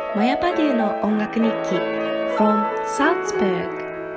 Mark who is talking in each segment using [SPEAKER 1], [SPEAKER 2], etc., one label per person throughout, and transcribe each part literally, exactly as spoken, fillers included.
[SPEAKER 1] マヤパデューの音楽日記 from Salzburg。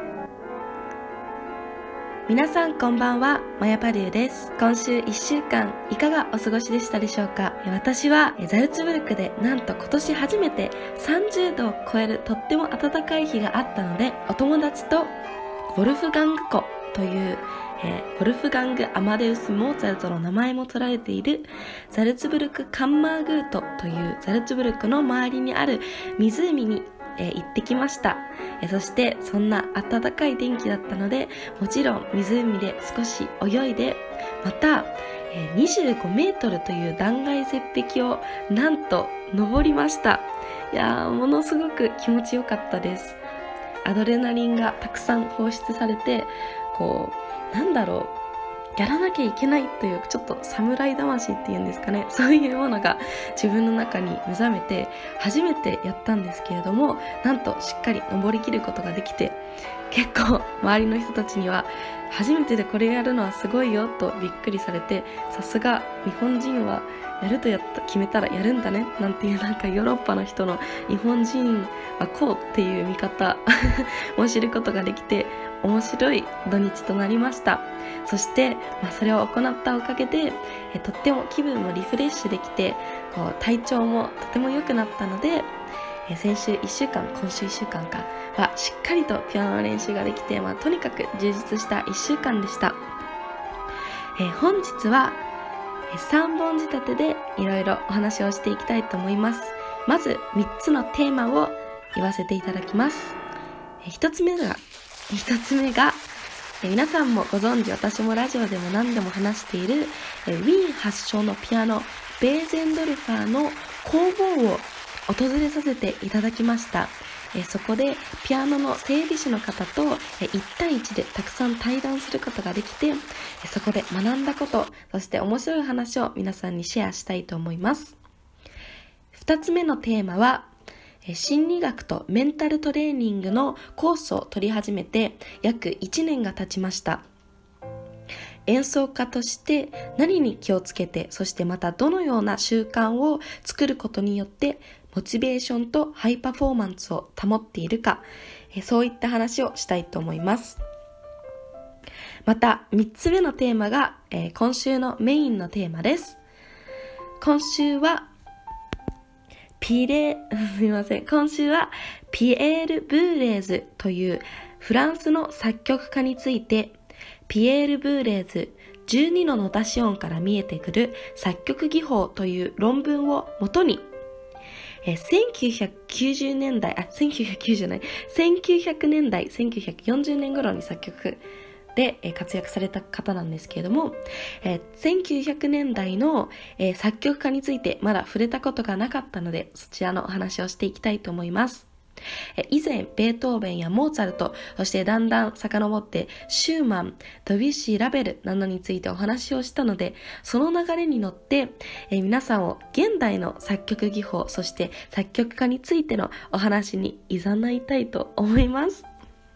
[SPEAKER 1] 皆さんこんばんは、マヤパデューです。今週いっしゅうかんいかがお過ごしでしたでしょうか。私はザルツブルクでなんと今年初めてさんじゅうどを超えるとっても暖かい日があったので、お友達とウォルフガング湖というえー、ウォルフガング・アマデウス・モーツァルトの名前も取られているザルツブルク・カンマーグートというザルツブルクの周りにある湖に、えー、行ってきました。えー、そしてそんな暖かい天気だったので、もちろん湖で少し泳いで、また、えー、にじゅうごメートルという断崖絶壁をなんと登りました。いやー、ものすごく気持ちよかったです。アドレナリンがたくさん放出されて、こうなんだろう、やらなきゃいけないというちょっと侍魂っていうんですかね、そういうものが自分の中に目覚めて初めてやったんですけれども、なんとしっかり登りきることができて、結構周りの人たちには初めてでこれやるのはすごいよとびっくりされて、さすが日本人はやるとやった決めたらやるんだねなんていう、なんかヨーロッパの人の日本人はこうっていう見方を知ることができて、面白い土日となりました。そして、まあ、それを行ったおかげでえとっても気分もリフレッシュできて、こう体調もとても良くなったので、え先週いっしゅうかん今週いっしゅうかんかはしっかりとピアノの練習ができて、まあ、とにかく充実したいっしゅうかんでした。え本日はさんぼん仕立てでいろいろお話をしていきたいと思います。まずみっつのテーマを言わせていただきます。えひとつめが一つ目が、え皆さんもご存知、私もラジオでも何でも話しているえウィーン発祥のピアノベーゼンドルファーの工房を訪れさせていただきました。えそこでピアノの整備士の方とえいち対いちでたくさん対談することができて、えそこで学んだこと、そして面白い話を皆さんにシェアしたいと思います。ふたつめのテーマは、心理学とメンタルトレーニングのコースを取り始めて約いちねんが経ちました。演奏家として何に気をつけて、そしてまたどのような習慣を作ることによってモチベーションとハイパフォーマンスを保っているか、そういった話をしたいと思います。またみっつめのテーマが、えー、今週のメインのテーマです。今週はピレすみません今週はピエール・ブーレーズというフランスの作曲家について、ピエール・ブーレーズじゅうにのノタシオンから見えてくる作曲技法という論文をもとに、えせんきゅうひゃくきゅうじゅうねんだいあせんきゅうひゃくきゅうじゅうないせんきゅうひゃくねんだいせんきゅうひゃくよんじゅうねん頃に作曲で活躍された方なんですけれども、えー、せんきゅうひゃくねんだいの、えー、作曲家についてまだ触れたことがなかったので、そちらのお話をしていきたいと思います。えー、以前ベートーベンやモーツァルト、そしてだんだん遡ってシューマン、ドビュッシー、ラベルなどについてお話をしたので、その流れに乗って、えー、皆さんを現代の作曲技法、そして作曲家についてのお話に誘いたいと思います。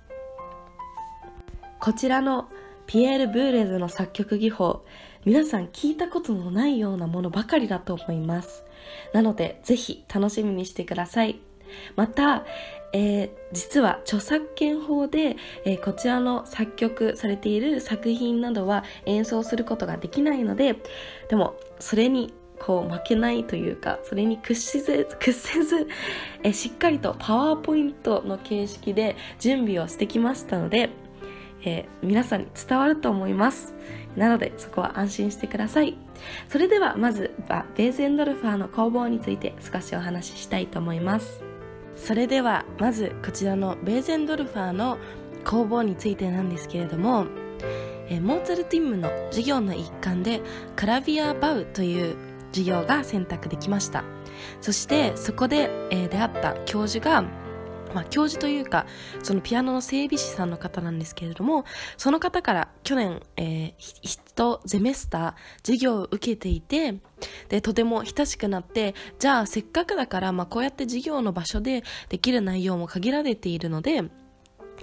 [SPEAKER 1] こちらのピエール・ブーレーズの作曲技法、皆さん聞いたことのないようなものばかりだと思います。なのでぜひ楽しみにしてください。また、えー、実は著作権法で、えー、こちらの作曲されている作品などは演奏することができないので、でもそれにこう負けないというか、それに屈しず屈せずえー、しっかりとパワーポイントの形式で準備をしてきましたので、えー、皆さんに伝わると思います。なのでそこは安心してください。それではまずはベーゼンドルファーの工房について少しお話ししたいと思います。それではまずこちらのベーゼンドルファーの工房についてなんですけれども、えー、モーツァルトイムの授業の一環でクラビアバウという授業が選択できました。そしてそこで、えー、出会った教授がまあ、教授というかそのピアノの整備士さんの方なんですけれども、その方から去年、えー、一ゼメスター授業を受けていて、でとても親しくなって、じゃあせっかくだから、まあ、こうやって授業の場所でできる内容も限られているので、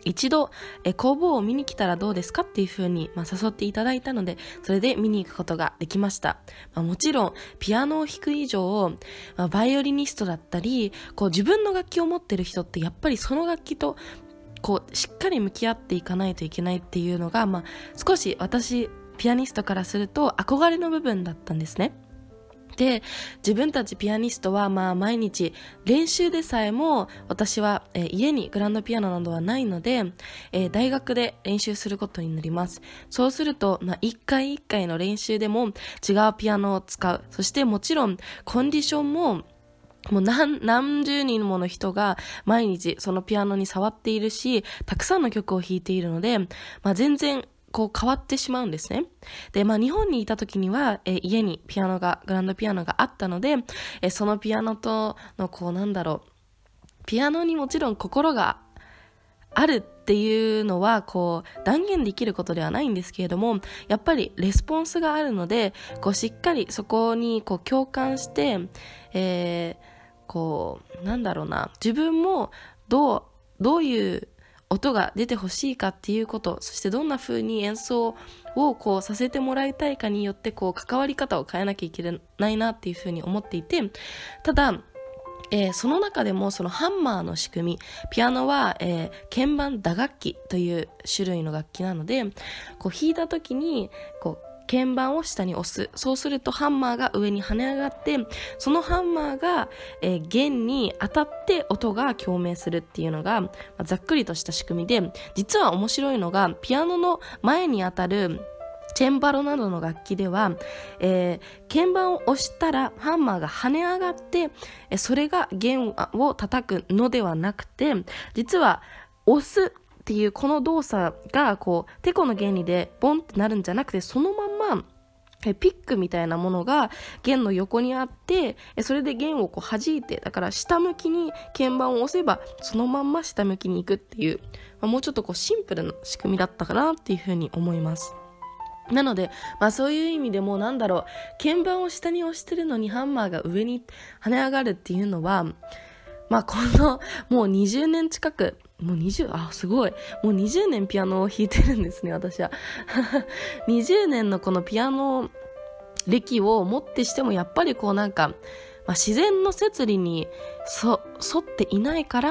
[SPEAKER 1] 一度え工房を見に来たらどうですかっていう風に、まあ、誘っていただいたので、それで見に行くことができました。まあ、もちろんピアノを弾く以上、まあ、バイオリニストだったりこう自分の楽器を持ってる人ってやっぱりその楽器とこうしっかり向き合っていかないといけないっていうのが、まあ、少し私ピアニストからすると憧れの部分だったんですね。で、自分たちピアニストはまあ毎日練習でさえも私は、えー、家にグランドピアノなどはないので、えー、大学で練習することになります。そうすると、まあ、一回一回の練習でも違うピアノを使う。そしてもちろんコンディションももう 何, 何十人もの人が毎日そのピアノに触っているし、たくさんの曲を弾いているので、まあ、全然こう変わってしまうんですね。で、まあ日本にいた時には、えー、家にピアノが、グランドピアノがあったので、えー、そのピアノとのこうなんだろう、ピアノにもちろん心があるっていうのはこう断言できることではないんですけれども、やっぱりレスポンスがあるので、こうしっかりそこにこう共感して、えー、こうなんだろうな、自分もどう、どういう音が出てほしいかっていうこと、そしてどんな風に演奏をこうさせてもらいたいかによってこう関わり方を変えなきゃいけないなっていう風に思っていて、ただ、えー、その中でもそのハンマーの仕組み、ピアノは、えー、鍵盤打楽器という種類の楽器なので、こう弾いた時にこう鍵盤を下に押す。そうするとハンマーが上に跳ね上がって、そのハンマーが、えー、弦に当たって音が共鳴するっていうのが、まあ、ざっくりとした仕組みで、実は面白いのがピアノの前に当たるチェンバロなどの楽器では、えー、鍵盤を押したらハンマーが跳ね上がって、えー、それが弦を叩くのではなくて、実は押すっていうこの動作がこうテコの原理でボンってなるんじゃなくて、そのままえピックみたいなものが弦の横にあって、それで弦をこう弾いて、だから下向きに鍵盤を押せばそのまんま下向きに行くっていう、まあ、もうちょっとこうシンプルな仕組みだったかなっていうふうに思います。なので、まあそういう意味でもなんだろう、鍵盤を下に押してるのにハンマーが上に跳ね上がるっていうのは、まあこのもうにじゅうねん近く、もう20、あ、すごい。もうにじゅうねんピアノを弾いてるんですね、私は。にじゅうねんのこのピアノ歴をもってしても、やっぱりこうなんか、まあ、自然の摂理にそ沿っていないから、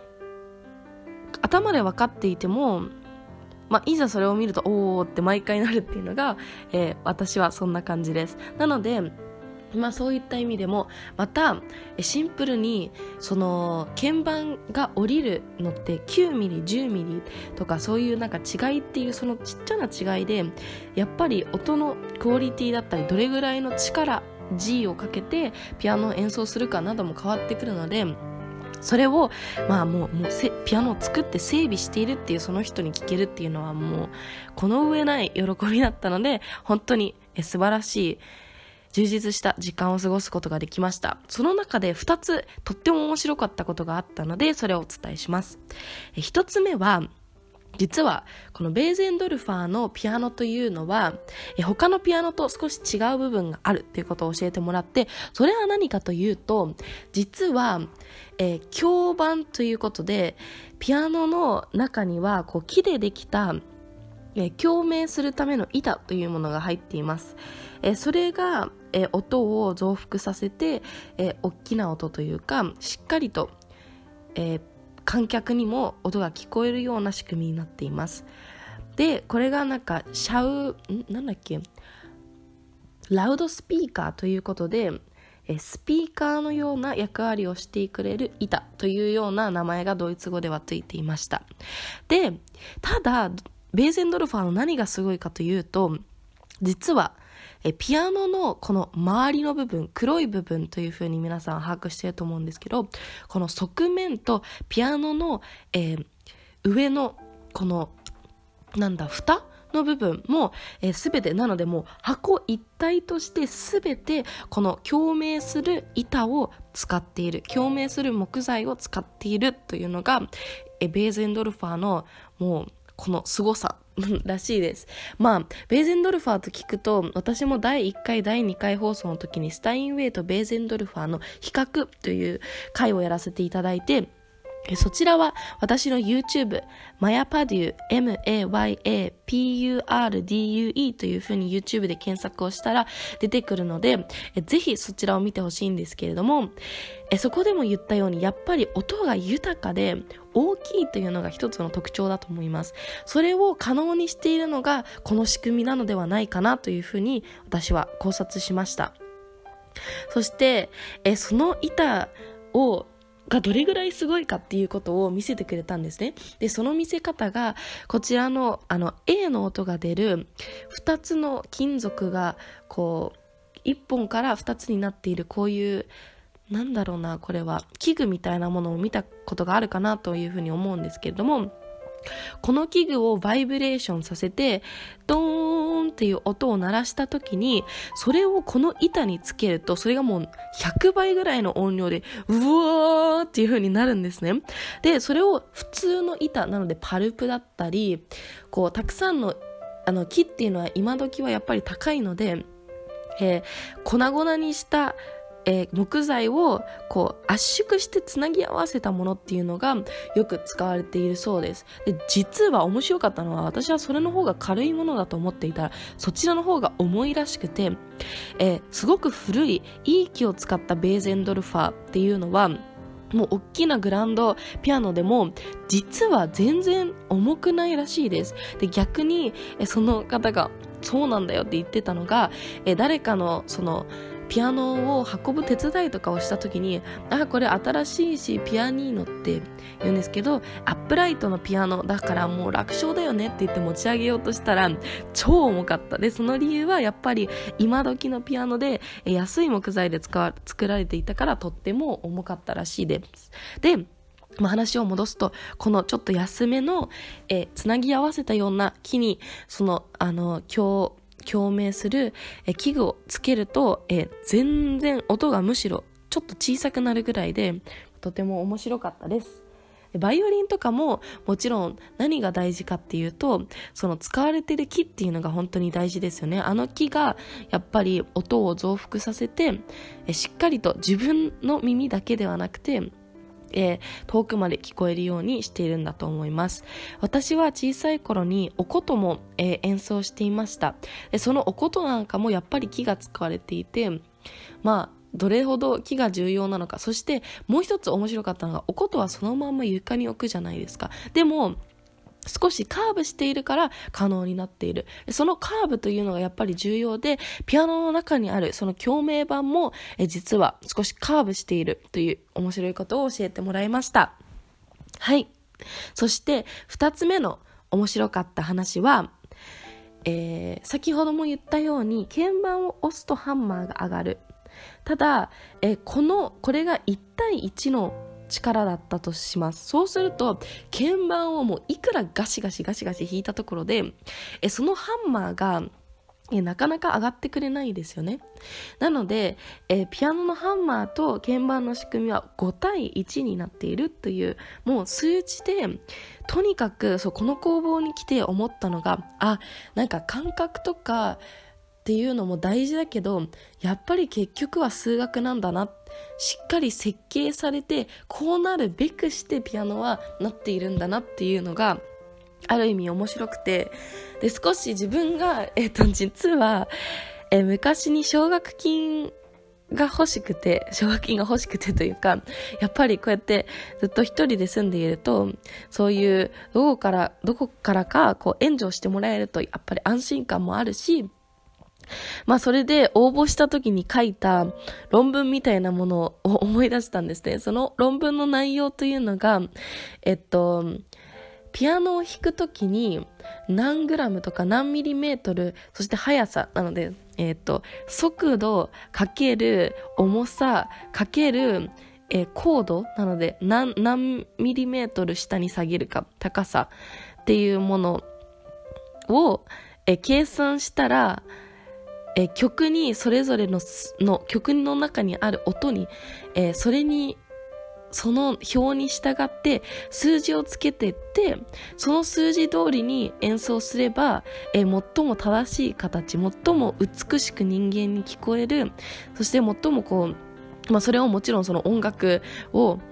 [SPEAKER 1] 頭で分かっていても、まあ、いざそれを見ると、おーって毎回なるっていうのが、えー、私はそんな感じです。なので、まあそういった意味でもまたシンプルにその鍵盤が降りるのってきゅうミリ、じゅうミリとかそういうなんか違いっていうそのちっちゃな違いでやっぱり音のクオリティだったりどれぐらいの力 G をかけてピアノを演奏するかなども変わってくるので、それをまあもう、もうせピアノを作って整備しているっていうその人に聞けるっていうのはもうこの上ない喜びだったので、本当に素晴らしい充実した時間を過ごすことができました。その中でふたつとっても面白かったことがあったので、それをお伝えします。ひとつめは、実はこのベーゼンドルファーのピアノというのは他のピアノと少し違う部分があるということを教えてもらって、それは何かというと、実は、えー、響板ということで、ピアノの中にはこう木でできた共鳴するための板というものが入っています。えー、それが、えー、音を増幅させて、えー、大きな音というかしっかりと、えー、観客にも音が聞こえるような仕組みになっています。で、これがなんかシャウんなんだっけラウドスピーカーということで、えスピーカーのような役割をしてくれる板というような名前がドイツ語ではついていました。で、ただベーゼンドルファーの何がすごいかというと、実はえピアノのこの周りの部分、黒い部分というふうに皆さん把握していると思うんですけど、この側面とピアノの、えー、上のこのなんだ蓋の部分もすべ、えー、てなので、もう箱一体としてすべてこの共鳴する板を使っている、共鳴する木材を使っているというのが、えー、ベーゼンドルファーのもうこの凄さらしいです。まあベーゼンドルファーと聞くと、私もだいいっかいだいにかい放送の時にスタインウェイとベーゼンドルファーの比較という回をやらせていただいて、 そちらは私の YouTube、マヤパデュー、エムエーワイエーピーユーアールディーユーイー という風に YouTube で検索をしたら出てくるので、ぜひそちらを見てほしいんですけれども、そこでも言ったようにやっぱり音が豊かで大きいというのが一つの特徴だと思います。それを可能にしているのがこの仕組みなのではないかなという風に私は考察しました。そしてその板をがどれぐらいすごいかっていうことを見せてくれたんですね。で、その見せ方がこちらのあの A の音が出るふたつの金属がこういっぽんからふたつになっている、こういうなんだろうな、これは器具みたいなものを見たことがあるかなというふうに思うんですけれども、この器具をバイブレーションさせてドーンっていう音を鳴らした時に、それをこの板につけるとそれがもうひゃくばいぐらいの音量でうわーっていう風になるんですね。で、それを普通の板なのでパルプだったり、こうたくさんのあの木っていうのは今時はやっぱり高いので、えー、粉々にしたえー、木材をこう圧縮してつなぎ合わせたものっていうのがよく使われているそうです。で、実は面白かったのは、私はそれの方が軽いものだと思っていたら、そちらの方が重いらしくて、えー、すごく古いいい木を使ったベーゼンドルファーっていうのはもう大きなグランドピアノでも実は全然重くないらしいです。で、逆にえその方がそうなんだよって言ってたのが、え誰かのそのピアノを運ぶ手伝いとかをした時に、あ、これ新しいしピアニーノって言うんですけど、アップライトのピアノだからもう楽勝だよねって言って持ち上げようとしたら超重かった。で、その理由はやっぱり今時のピアノで安い木材で使わ作られていたからとっても重かったらしいです。で、まあ、話を戻すと、このちょっと安めのえつなぎ合わせたような木にそのあの今日共鳴するえ器具をつけるとえ全然音がむしろちょっと小さくなるぐらいで、とても面白かったです。バイオリンとかももちろん何が大事かっていうと、その使われている木っていうのが本当に大事ですよね。あの木がやっぱり音を増幅させてえしっかりと自分の耳だけではなくてえー、遠くまで聞こえるようにしているんだと思います。私は小さい頃にお琴も、えー、演奏していました。で、そのお琴なんかもやっぱり木が使われていて、まあどれほど木が重要なのか。そしてもう一つ面白かったのが、お琴はそのまんま床に置くじゃないですか。でも少しカーブしているから可能になっている。そのカーブというのがやっぱり重要で、ピアノの中にあるその共鳴板もえ実は少しカーブしているという面白いことを教えてもらいました。はい。そして二つ目の面白かった話は、えー、先ほども言ったように鍵盤を押すとハンマーが上がる。ただ、えー、このこれがいち対いちの力だったとします。そうすると鍵盤をもういくらガシガシガシガシ弾いたところでえそのハンマーがえなかなか上がってくれないですよね。なのでえピアノのハンマーと鍵盤の仕組みはご対いちになっているという、もう数値でとにかくそうこの工房に来て思ったのが、あ、なんか感覚とかっていうのも大事だけど、やっぱり結局は数学なんだな、しっかり設計されてこうなるべくしてピアノはなっているんだなっていうのがある意味面白くて、で少し自分が、えっと、実は、え昔に奨学金が欲しくて奨学金が欲しくてというか、やっぱりこうやってずっと一人で住んでいると、そういうどこからどこからかこう援助してもらえるとやっぱり安心感もあるし、まあそれで応募した時に書いた論文みたいなものを思い出したんですね。その論文の内容というのが、えっとピアノを弾く時に何グラムとか何ミリメートル、そして速さなので、えっと速度かける重さかけるえー、高度なので何何ミリメートル下に下げるか、高さっていうものを、えー、計算したら、えー、曲にそれぞれ の, の曲の中にある音に、えー、それにその表に従って数字をつけていって、その数字通りに演奏すれば、えー、最も正しい形、最も美しく人間に聞こえる、そして最もこう、まあ、それをもちろんその音楽を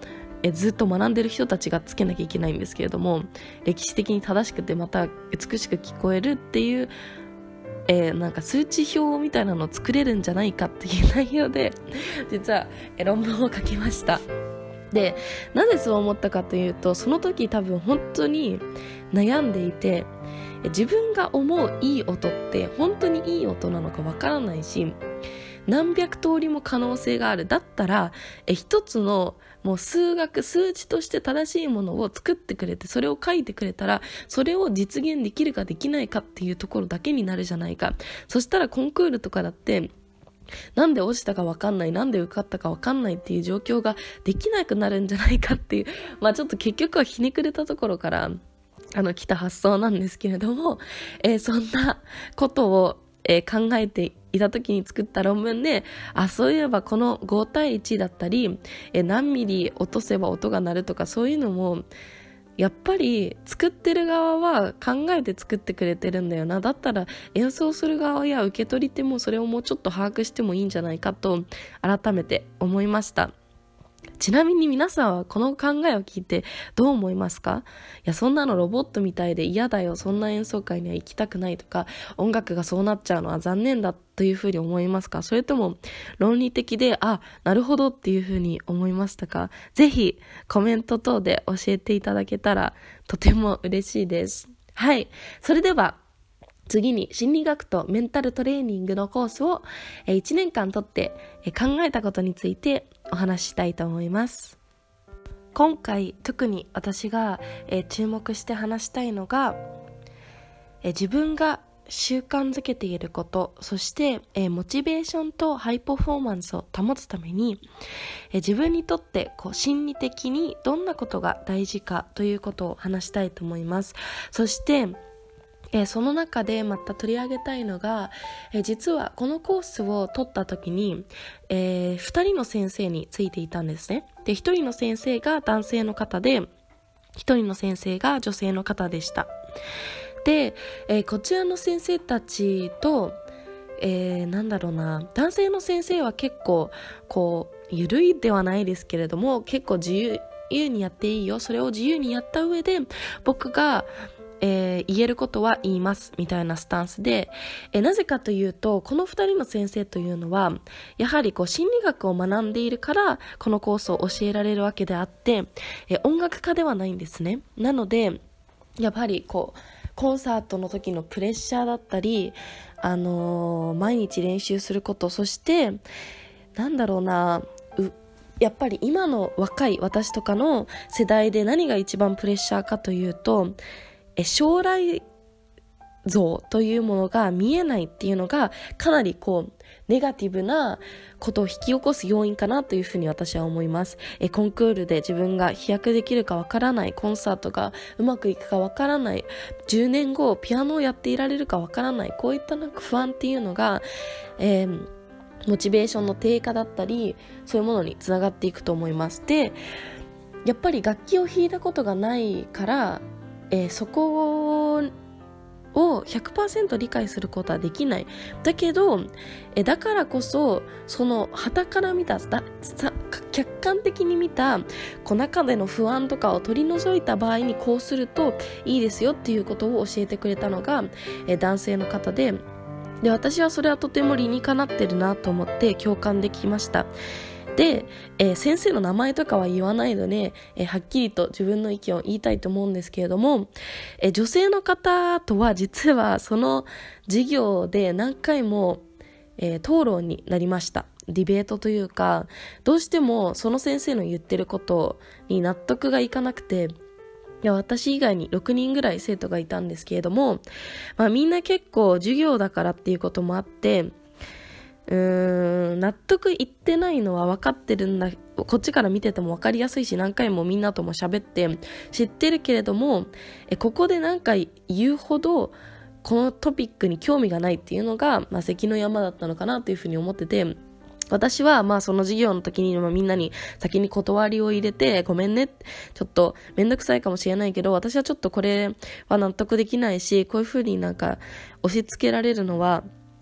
[SPEAKER 1] えずっと学んでる人たちがつけなきゃいけないんですけれども、歴史的に正しくてまた美しく聞こえるっていう、えー、なんか数値表みたいなのを作れるんじゃないかっていう内容で実は論文を書きました。で、なぜそう思ったかというと、その時多分本当に悩んでいて、自分が思ういい音って本当にいい音なのかわからないし、何百通りも可能性がある。だったらえ一つのもう数学数値として正しいものを作ってくれて、それを書いてくれたら、それを実現できるかできないかっていうところだけになるじゃないか。そしたらコンクールとかだってなんで落ちたか分かんない、なんで受かったか分かんないっていう状況ができなくなるんじゃないかっていう、まあちょっと結局はひねくれたところからあの来た発想なんですけれども、えー、そんなことを、えー、考えていた時に作った論文で、あ、そういえばこのご対いちだったり、えー、何ミリ落とせば音が鳴るとか、そういうのもやっぱり作ってる側は考えて作ってくれてるんだよな。だったら演奏する側や受け取り手もそれをもうちょっと把握してもいいんじゃないかと改めて思いました。ちなみに皆さんはこの考えを聞いてどう思いますか？いや、そんなのロボットみたいで嫌だよ、そんな演奏会には行きたくないとか、音楽がそうなっちゃうのは残念だというふうに思いますか？それとも論理的で、あ、なるほどっていうふうに思いましたか？ぜひコメント等で教えていただけたらとても嬉しいです。はい、それでは次に心理学とメンタルトレーニングのコースをいちねんかんとって考えたことについてお話ししたいと思います。今回特に私が注目して話したいのが、自分が習慣づけていること、そしてモチベーションとハイパフォーマンスを保つために自分にとってこう心理的にどんなことが大事かということを話したいと思います。そしてえー、その中でまた取り上げたいのが、えー、実はこのコースを取った時に、えー、ふたりの先生についていたんですね。で、ひとりの先生が男性の方で、ひとりの先生が女性の方でした。で、えー、こちらの先生たちと、えー、なんだろうな、男性の先生は結構こうゆるいではないですけれども、結構自由、自由にやっていいよ、それを自由にやった上で僕がえー、言えることは言いますみたいなスタンスで、えー、なぜかというと、このふたりの先生というのはやはりこう心理学を学んでいるからこのコースを教えられるわけであって、えー、音楽家ではないんですね。なのでやっぱりこうコンサートの時のプレッシャーだったり、あのー、毎日練習すること、そしてなんだろうなうやっぱり今の若い私とかの世代で何が一番プレッシャーかというと、将来像というものが見えないっていうのがかなりこうネガティブなことを引き起こす要因かなというふうに私は思います。えコンクールで自分が飛躍できるかわからない、コンサートがうまくいくかわからない、じゅうねんごピアノをやっていられるかわからない、こういったなんか不安っていうのが、えー、モチベーションの低下だったり、そういうものにつながっていくと思います。で、やっぱり楽器を弾いたことがないからえー、そこを ひゃくパーセント 理解することはできない。だけど、えー、だからこそその傍から見たださ客観的に見たこう中での不安とかを取り除いた場合にこうするといいですよっていうことを教えてくれたのが、えー、男性の方で、で私はそれはとても理にかなってるなと思って共感できました。で、えー、先生の名前とかは言わないので、えー、はっきりと自分の意見を言いたいと思うんですけれども、えー、女性の方とは実はその授業で何回も、えー、討論になりました。ディベートというか、どうしてもその先生の言ってることに納得がいかなくて、いや私以外にろくにんぐらい生徒がいたんですけれども、まあ、みんな結構授業だからっていうこともあってうーん納得いってないのは分かってるんだ、こっちから見てても分かりやすいし、何回もみんなとも喋って知ってるけれども、えここで何回言うほどこのトピックに興味がないっていうのが、まあ、関の山だったのかなというふうに思ってて、私はまあその授業の時にみんなに先に断りを入れて、ごめんね、ちょっとめんどくさいかもしれないけど私はちょっとこれは納得できないし、こういうふうになんか押し付けられるのは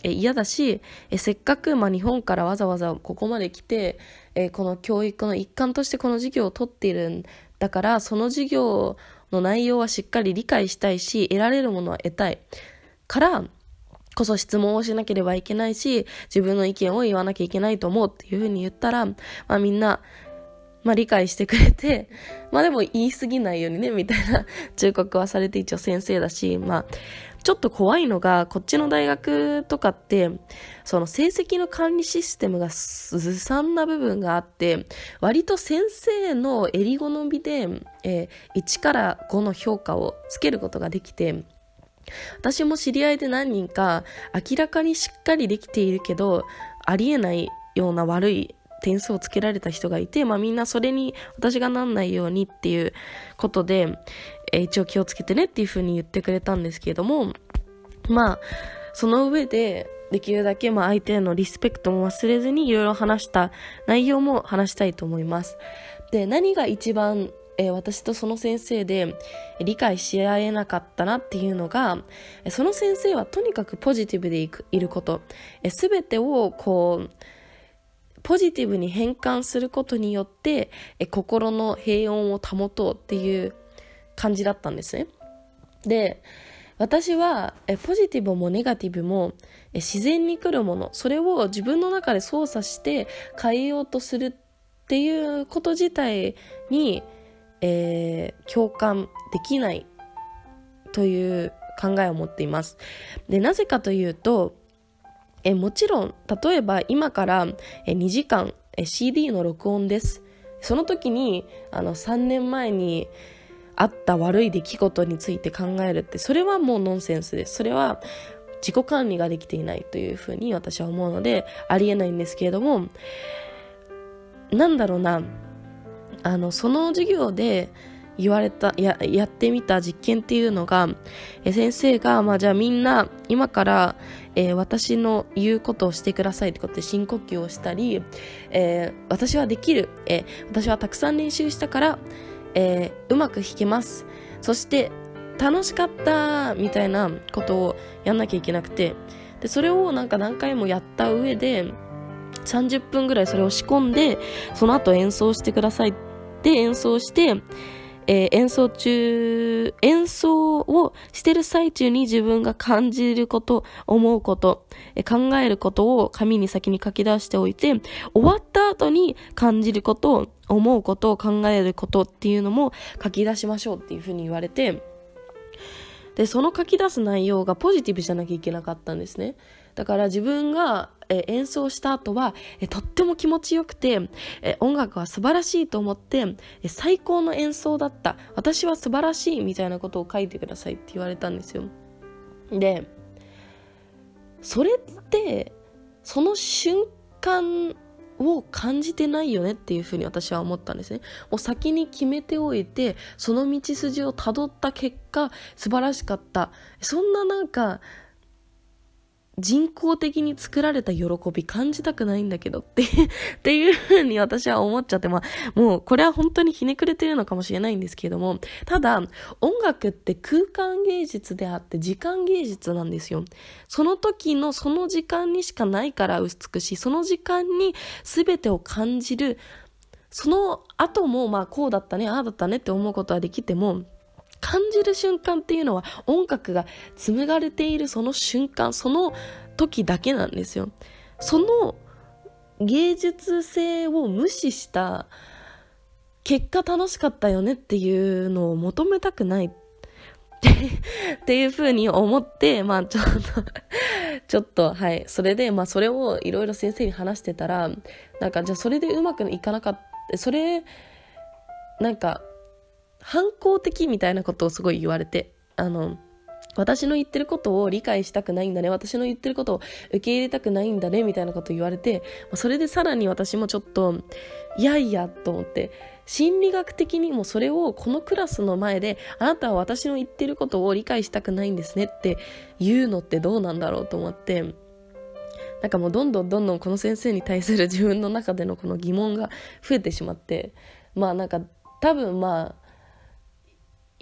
[SPEAKER 1] え嫌だし、えせっかく、まあ、日本からわざわざここまで来て、えこの教育の一環としてこの授業を取っているんだから、その授業の内容はしっかり理解したいし、得られるものは得たいからこそ質問をしなければいけないし、自分の意見を言わなきゃいけないと思うっていうふうに言ったら、まあ、みんなまあ理解してくれて、まあでも言い過ぎないようにね、みたいな忠告はされて、一応先生だし、まあ、ちょっと怖いのが、こっちの大学とかって、その成績の管理システムがずさんな部分があって、割と先生の襟好みで、えー、いちからごの評価をつけることができて、私も知り合いで何人か、明らかにしっかりできているけど、ありえないような悪い点数をつけられた人がいて、まあみんなそれに私がなんないようにっていうことで、えー、一応気をつけてねっていう風に言ってくれたんですけれども、まあその上でできるだけまあ相手へのリスペクトも忘れずにいろいろ話した内容も話したいと思います。で、何が一番えー、私とその先生で理解し合えなかったなっていうのが、その先生はとにかくポジティブでいく、いることすべてをこうポジティブに変換することによってえ心の平穏を保とうっていう感じだったんですね。で、私はえポジティブもネガティブもえ自然に来るもの、それを自分の中で操作して変えようとするっていうこと自体にえー、共感できないという考えを持っています。で、なぜかというと、えもちろん例えば今からえにじかんえ シーディー の録音です。その時にあのさんねんまえにあった悪い出来事について考えるって、それはもうノンセンスです。それは自己管理ができていないというふうに私は思うのでありえないんですけれども、なんだろうなあのその授業で言われた や, やってみた実験っていうのが、え先生が、まあ、じゃあみんな今から、えー、私の言うことをしてくださいってことで深呼吸をしたり、えー、私はできる、えー、私はたくさん練習したから、えー、うまく弾けます、そして楽しかったみたいなことをやんなきゃいけなくて、でそれをなんか何回もやった上でさんじゅっぷんぐらいそれを仕込んで、その後演奏してくださいで演奏して、えー、演奏中演奏をしてる最中に自分が感じること、思うこと、えー、考えることを紙に先に書き出しておいて、終わった後に感じること、思うこと、考えることっていうのも書き出しましょうっていうふうに言われて、でその書き出す内容がポジティブじゃなきゃいけなかったんですね。だから自分がえ演奏した後はえとっても気持ちよくて、え音楽は素晴らしいと思って、え最高の演奏だった、私は素晴らしいみたいなことを書いてくださいって言われたんですよ。でそれってその瞬間を感じてないよねっていうふうに私は思ったんですね。もう先に決めておいて、その道筋をたどった結果素晴らしかった、そんななんか人工的に作られた喜び感じたくないんだけどってっていう風に私は思っちゃって、まあもうこれは本当にひねくれてるのかもしれないんですけれども、ただ音楽って空間芸術であって時間芸術なんですよ。その時のその時間にしかないから美しい、その時間に全てを感じる、その後もまあこうだったね、ああだったねって思うことはできても、感じる瞬間っていうのは音楽が紡がれているその瞬間、その時だけなんですよ。その芸術性を無視した結果楽しかったよねっていうのを求めたくないってっていう風に思って、まあちょっとちょっとはいそれでまあそれをいろいろ先生に話してたら、なんかじゃあそれでうまくいかなかった、それなんか反抗的みたいなことをすごい言われて、あの私の言ってることを理解したくないんだね、私の言ってることを受け入れたくないんだねみたいなことを言われて、それでさらに私もちょっといやいやと思って、心理学的にもそれをこのクラスの前であなたは私の言ってることを理解したくないんですねって言うのってどうなんだろうと思って、なんかもうどんどんどんどんこの先生に対する自分の中でのこの疑問が増えてしまって、まあなんか多分まあ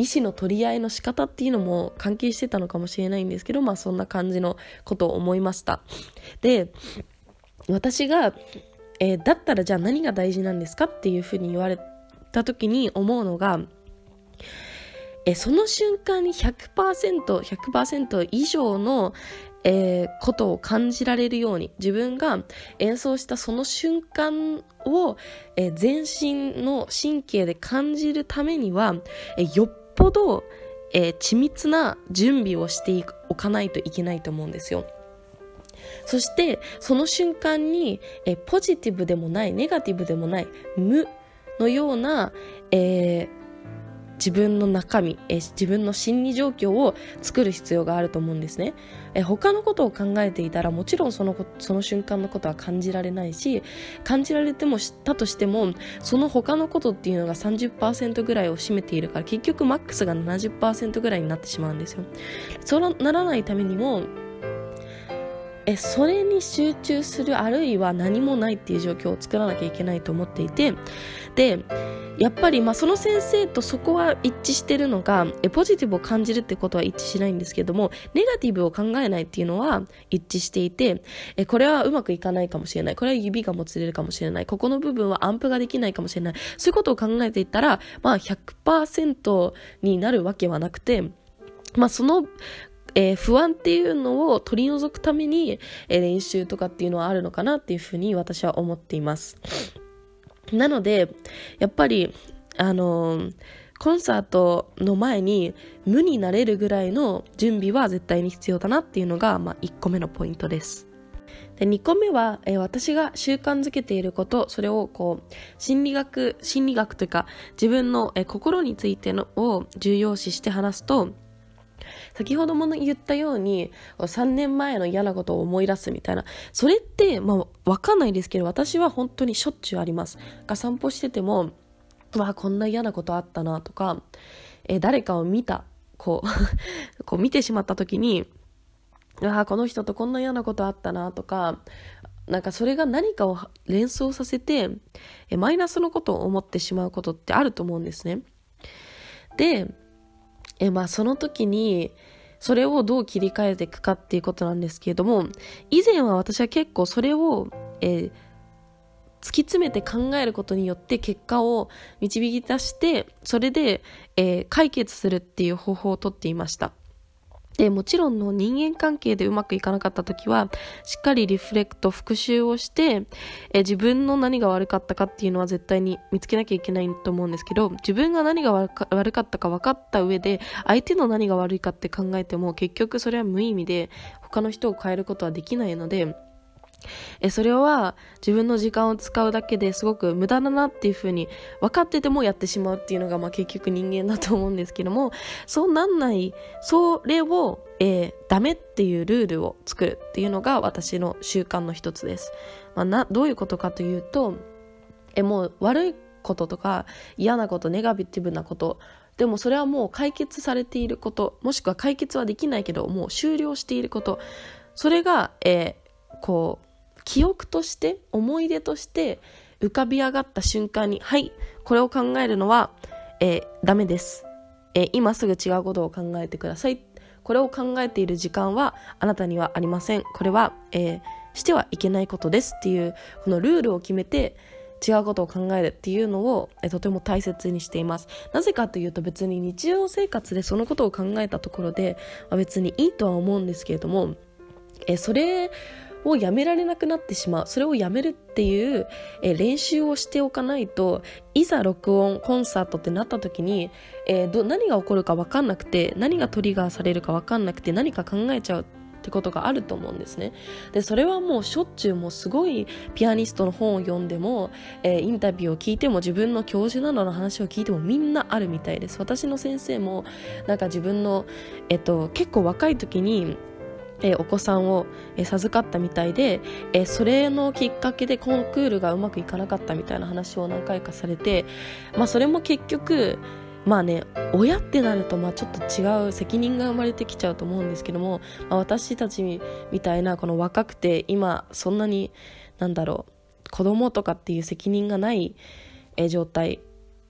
[SPEAKER 1] 意思の取り合いの仕方っていうのも関係してたのかもしれないんですけど、まあそんな感じのことを思いました。で、私が、えー、だったらじゃあ何が大事なんですかっていうふうに言われた時に思うのが、えー、その瞬間に ひゃくパーセント、ひゃくパーセント 以上のえー、ことを感じられるように、自分が演奏したその瞬間を、えー、全身の神経で感じるためには、えー、よっぽど、えー、緻密な準備をしておかないといけないと思うんですよ。そしてその瞬間に、えー、ポジティブでもないネガティブでもない無のような、えー自分の中身、え自分の心理状況を作る必要があると思うんですね。え他のことを考えていたらもちろんそのその瞬間のことは感じられないし、感じられてもしたとしてもその他のことっていうのが さんじゅっパーセント ぐらいを占めているから、結局マックスが ななじゅっパーセント ぐらいになってしまうんですよ。そうならないためにもえそれに集中する、あるいは何もないっていう状況を作らなきゃいけないと思っていて、でやっぱりまあその先生とそこは一致してるのが、えポジティブを感じるってことは一致しないんですけども、ネガティブを考えないっていうのは一致していて、えこれはうまくいかないかもしれない、これは指がもつれるかもしれない、ここの部分はアンプができないかもしれない、そういうことを考えていったら、まあ ひゃくパーセント になるわけはなくて、まあそのえー、不安っていうのを取り除くために、えー、練習とかっていうのはあるのかなっていうふうに私は思っています。なのでやっぱりあのー、コンサートの前に無になれるぐらいの準備は絶対に必要だなっていうのが、まあ、いっこめのポイントです。でにこめは、えー、私が習慣づけていること、それをこう心理学心理学というか自分の、えー、心についてのを重要視して話すと、先ほども言ったようにさんねんまえの嫌なことを思い出すみたいな、それってまあ分かんないですけど、私は本当にしょっちゅうあります。が散歩してても、わあこんな嫌なことあったなとか、え誰かを見たこうこう見てしまった時に、ああこの人とこんな嫌なことあったなとか、なんかそれが何かを連想させてえマイナスのことを思ってしまうことってあると思うんですね。でえまあその時にそれをどう切り替えていくかっていうことなんですけれども、以前は私は結構それを、えー、突き詰めて考えることによって結果を導き出して、それで、えー、解決するっていう方法をとっていました。でもちろんの人間関係でうまくいかなかった時はしっかりリフレクト復習をして、え自分の何が悪かったかっていうのは絶対に見つけなきゃいけないと思うんですけど、自分が何が悪か、悪かったか分かった上で相手の何が悪いかって考えても結局それは無意味で他の人を変えることはできないので、えそれは自分の時間を使うだけですごく無駄だなっていう風に分かっててもやってしまうっていうのが、まあ、結局人間だと思うんですけども、そうなんない、それを、えー、ダメっていうルールを作るっていうのが私の習慣の一つです。まあ、などういうことかというと、えもう悪いこととか嫌なこと、ネガティブなこと、でもそれはもう解決されていること、もしくは解決はできないけどもう終了していること、それが、えー、こう記憶として思い出として浮かび上がった瞬間に、はいこれを考えるのは、えー、ダメです、えー、今すぐ違うことを考えてください、これを考えている時間はあなたにはありません、これは、えー、してはいけないことですっていうこのルールを決めて違うことを考えるっていうのを、えー、とても大切にしています。なぜかというと、別に日常生活でそのことを考えたところで、まあ、別にいいとは思うんですけれども、えー、それをやめられなくなってしまう、それをやめるっていう、えー、練習をしておかないと、いざ録音コンサートってなった時に、えー、ど何が起こるか分かんなくて、何がトリガーされるか分かんなくて何か考えちゃうってことがあると思うんですね。でそれはもうしょっちゅう、もうすごいピアニストの本を読んでも、えー、インタビューを聞いても、自分の教授などの話を聞いてもみんなあるみたいです。私の先生もなんか自分の、えっと、結構若い時にえー、お子さんを、えー、授かったみたいで、えー、それのきっかけでコンクールがうまくいかなかったみたいな話を何回かされて、まあそれも結局まあね、親ってなるとまあちょっと違う責任が生まれてきちゃうと思うんですけども、まあ、私たちみたいなこの若くて今そんなになんだろう子供とかっていう責任がない、えー、状態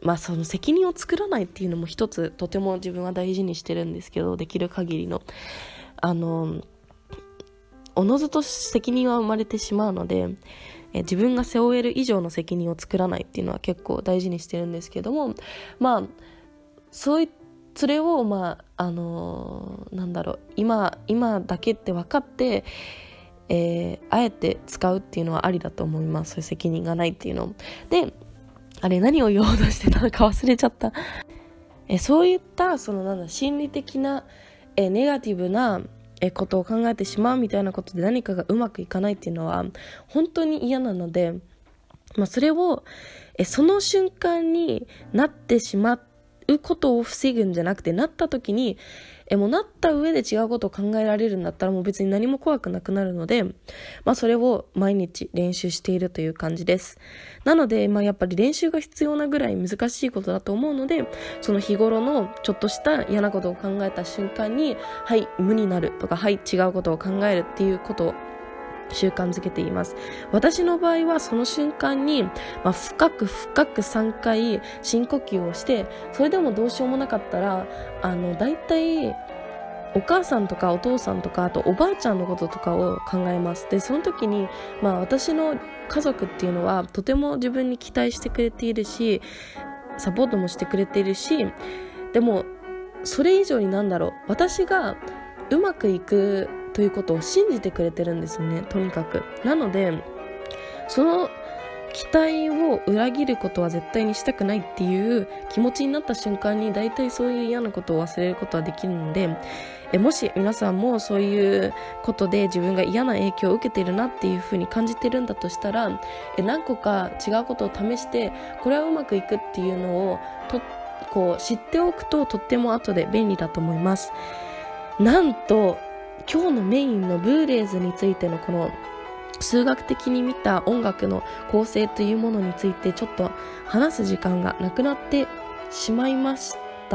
[SPEAKER 1] まあその責任を作らないっていうのも一つとても自分は大事にしてるんですけど、できる限りのあのおのずと責任は生まれてしまうので、え自分が背負える以上の責任を作らないっていうのは結構大事にしてるんですけども、まあそういそれをまああのなんだろう今今だけって分かって、えー、あえて使うっていうのはありだと思います。そういう責任がないっていうので、あれ何を言おうとしてたのか忘れちゃった。えそういったそのなんだ心理的なえネガティブなえことを考えてしまうみたいなことで何かがうまくいかないっていうのは本当に嫌なので、まあ、それをえその瞬間になってしまうことを防ぐんじゃなくて、なった時にえもうなった上で違うことを考えられるんだったらもう別に何も怖くなくなるので、まあ、それを毎日練習しているという感じです。なので、まあ、やっぱり練習が必要なぐらい難しいことだと思うので、その日頃のちょっとした嫌なことを考えた瞬間にはい無になるとか、はい違うことを考えるっていうことを習慣づけています。私の場合はその瞬間に、まあ、深く深くさんかい深呼吸をして、それでもどうしようもなかったらあのだいたいお母さんとかお父さんとかあとおばあちゃんのこととかを考えます。でその時に、まあ、私の家族っていうのはとても自分に期待してくれているし、サポートもしてくれているし、でもそれ以上になんだろう私がうまくいくということを信じてくれてるんですよね、とにかく。なのでその期待を裏切ることは絶対にしたくないっていう気持ちになった瞬間に大体そういう嫌なことを忘れることはできるので、えもし皆さんもそういうことで自分が嫌な影響を受けているなっていう風に感じてるんだとしたら、え何個か違うことを試してこれはうまくいくっていうのをとこう知っておくととっても後で便利だと思います。なんと今日のメインのブーレイズについてのこの数学的に見た音楽の構成というものについてちょっと話す時間がなくなってしまいました。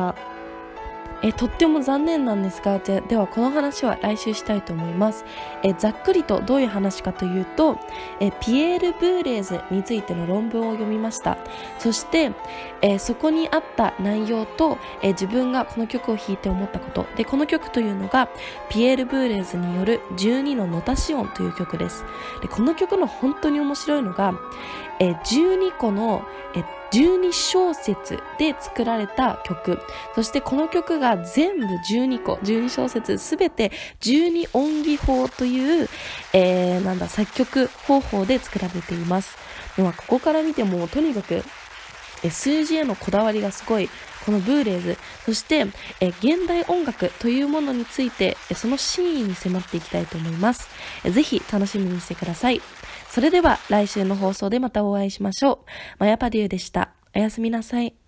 [SPEAKER 1] えとっても残念なんですが、で, ではこの話は来週したいと思います。えざっくりとどういう話かというと、えピエール・ブーレーズについての論文を読みました。そして、えそこにあった内容と、え自分がこの曲を弾いて思ったことで、この曲というのがピエール・ブーレーズによるじゅうにのノタシオンという曲です。でこの曲の本当に面白いのが、えじゅうにこのえじゅうに小節で作られた曲、そしてこの曲が全部じゅうにこ、じゅうに小節すべてじゅうに音技法という、えー、なんだ作曲方法で作られています。ではここから見てもとにかくえ数字へのこだわりがすごいこのブーレイズ、そしてえ現代音楽というものについてその真意に迫っていきたいと思います。えぜひ楽しみにしてください。それでは来週の放送でまたお会いしましょう。マヤパデューでした。おやすみなさい。